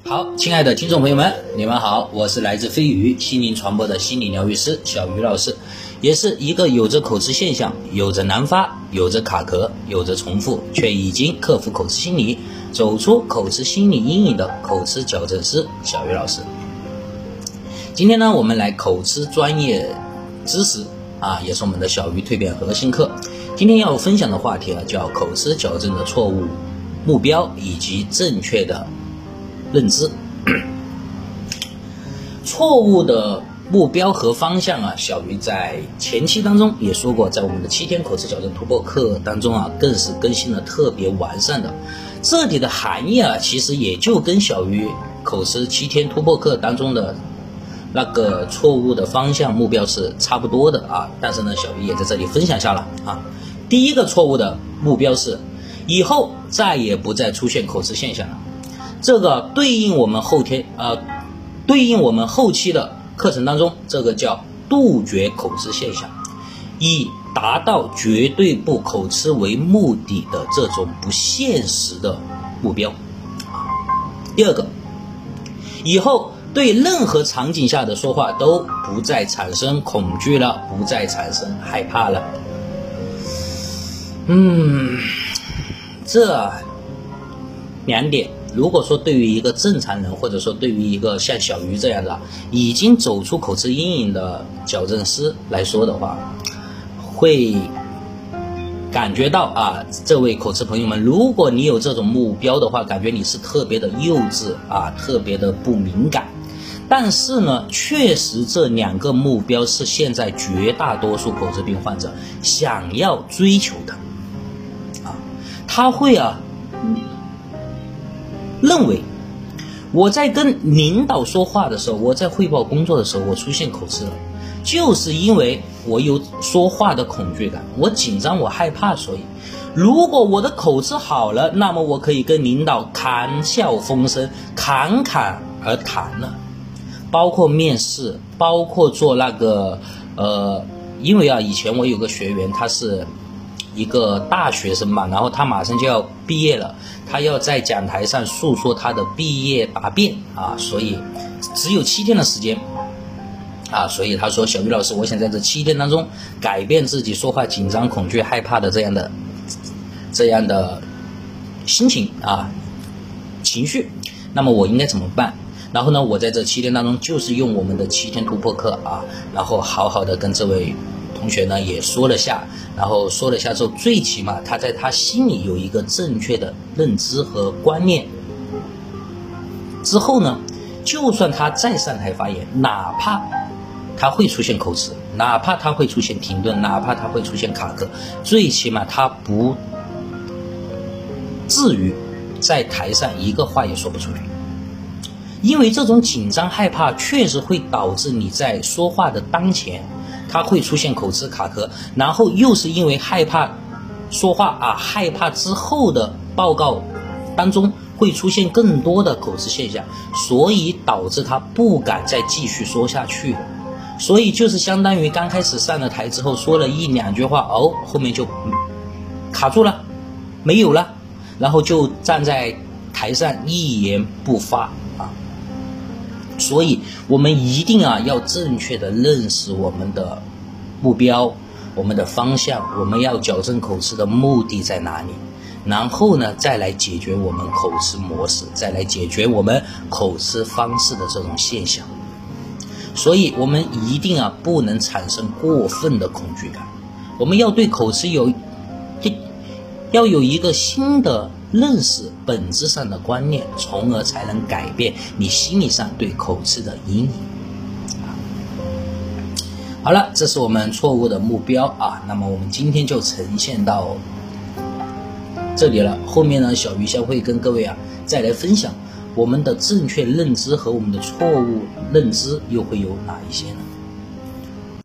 好，亲爱的听众朋友们，你们好，我是来自飞鱼心灵传播的心理疗愈师小鱼老师，也是一个有着口吃现象、有着难发、有着卡壳、有着重复，却已经克服口吃心理、走出口吃心理阴影的口吃矫正师小鱼老师。今天呢，我们来口吃专业知识也是我们的小鱼蜕变核心课。今天要分享的话题叫口吃矫正的错误目标以及正确的认知。错误的目标和方向小鱼在前期当中也说过，在我们的7天口吃矫正突破课当中更是更新了特别完善的。这里的含义其实也就跟小鱼口吃7天突破课当中的那个错误的方向目标是差不多的但是呢，小鱼也在这里分享下了第一个错误的目标是以后再也不再出现口吃现象了。这个对应我们后期的课程当中，这个叫杜绝口吃现象，以达到绝对不口吃为目的的这种不现实的目标。第二个，以后对任何场景下的说话都不再产生恐惧了，不再产生害怕了。这两点如果说对于一个正常人，或者说对于一个像小鱼这样的已经走出口吃阴影的矫正师来说的话，会感觉到这位口吃朋友们，如果你有这种目标的话，感觉你是特别的幼稚特别的不敏感。但是呢，确实这两个目标是现在绝大多数口吃病患者想要追求的他会认为我在跟领导说话的时候，我在汇报工作的时候，我出现口吃了，就是因为我有说话的恐惧感，我紧张，我害怕。所以如果我的口吃好了，那么我可以跟领导谈笑风生，侃侃而谈了。包括面试，包括做那个因为以前我有个学员，他是一个大学生嘛，然后他马上就要毕业了，他要在讲台上诉说他的毕业答辩所以只有7天的时间所以他说，小鱼老师，我想在这7天当中改变自己说话紧张、恐惧、害怕的这样的心情情绪，那么我应该怎么办？然后呢，我在这7天当中就是用我们的7天突破课然后好好的跟这位同学呢也说了下，然后说了下之后，最起码他在他心里有一个正确的认知和观念之后呢，就算他再上台发言，哪怕他会出现口吃，哪怕他会出现停顿，哪怕他会出现卡壳，最起码他不至于在台上一个话也说不出来。因为这种紧张害怕确实会导致你在说话的当前它会出现口吃卡壳，然后又是因为害怕说话害怕之后的报告当中会出现更多的口吃现象，所以导致他不敢再继续说下去了。所以就是相当于刚开始上了台之后说了1-2句话后面就卡住了，没有了，然后就站在台上一言不发所以我们一定要正确的认识我们的目标，我们的方向，我们要矫正口吃的目的在哪里，然后呢再来解决我们口吃模式，再来解决我们口吃方式的这种现象。所以我们一定不能产生过分的恐惧感，我们要对口吃要有一个新的认识，本质上的观念，从而才能改变你心理上对口吃的阴影好了，这是我们错误的目标那么我们今天就呈现到这里了。后面呢，小鱼将会跟各位再来分享我们的正确认知和我们的错误认知又会有哪一些呢？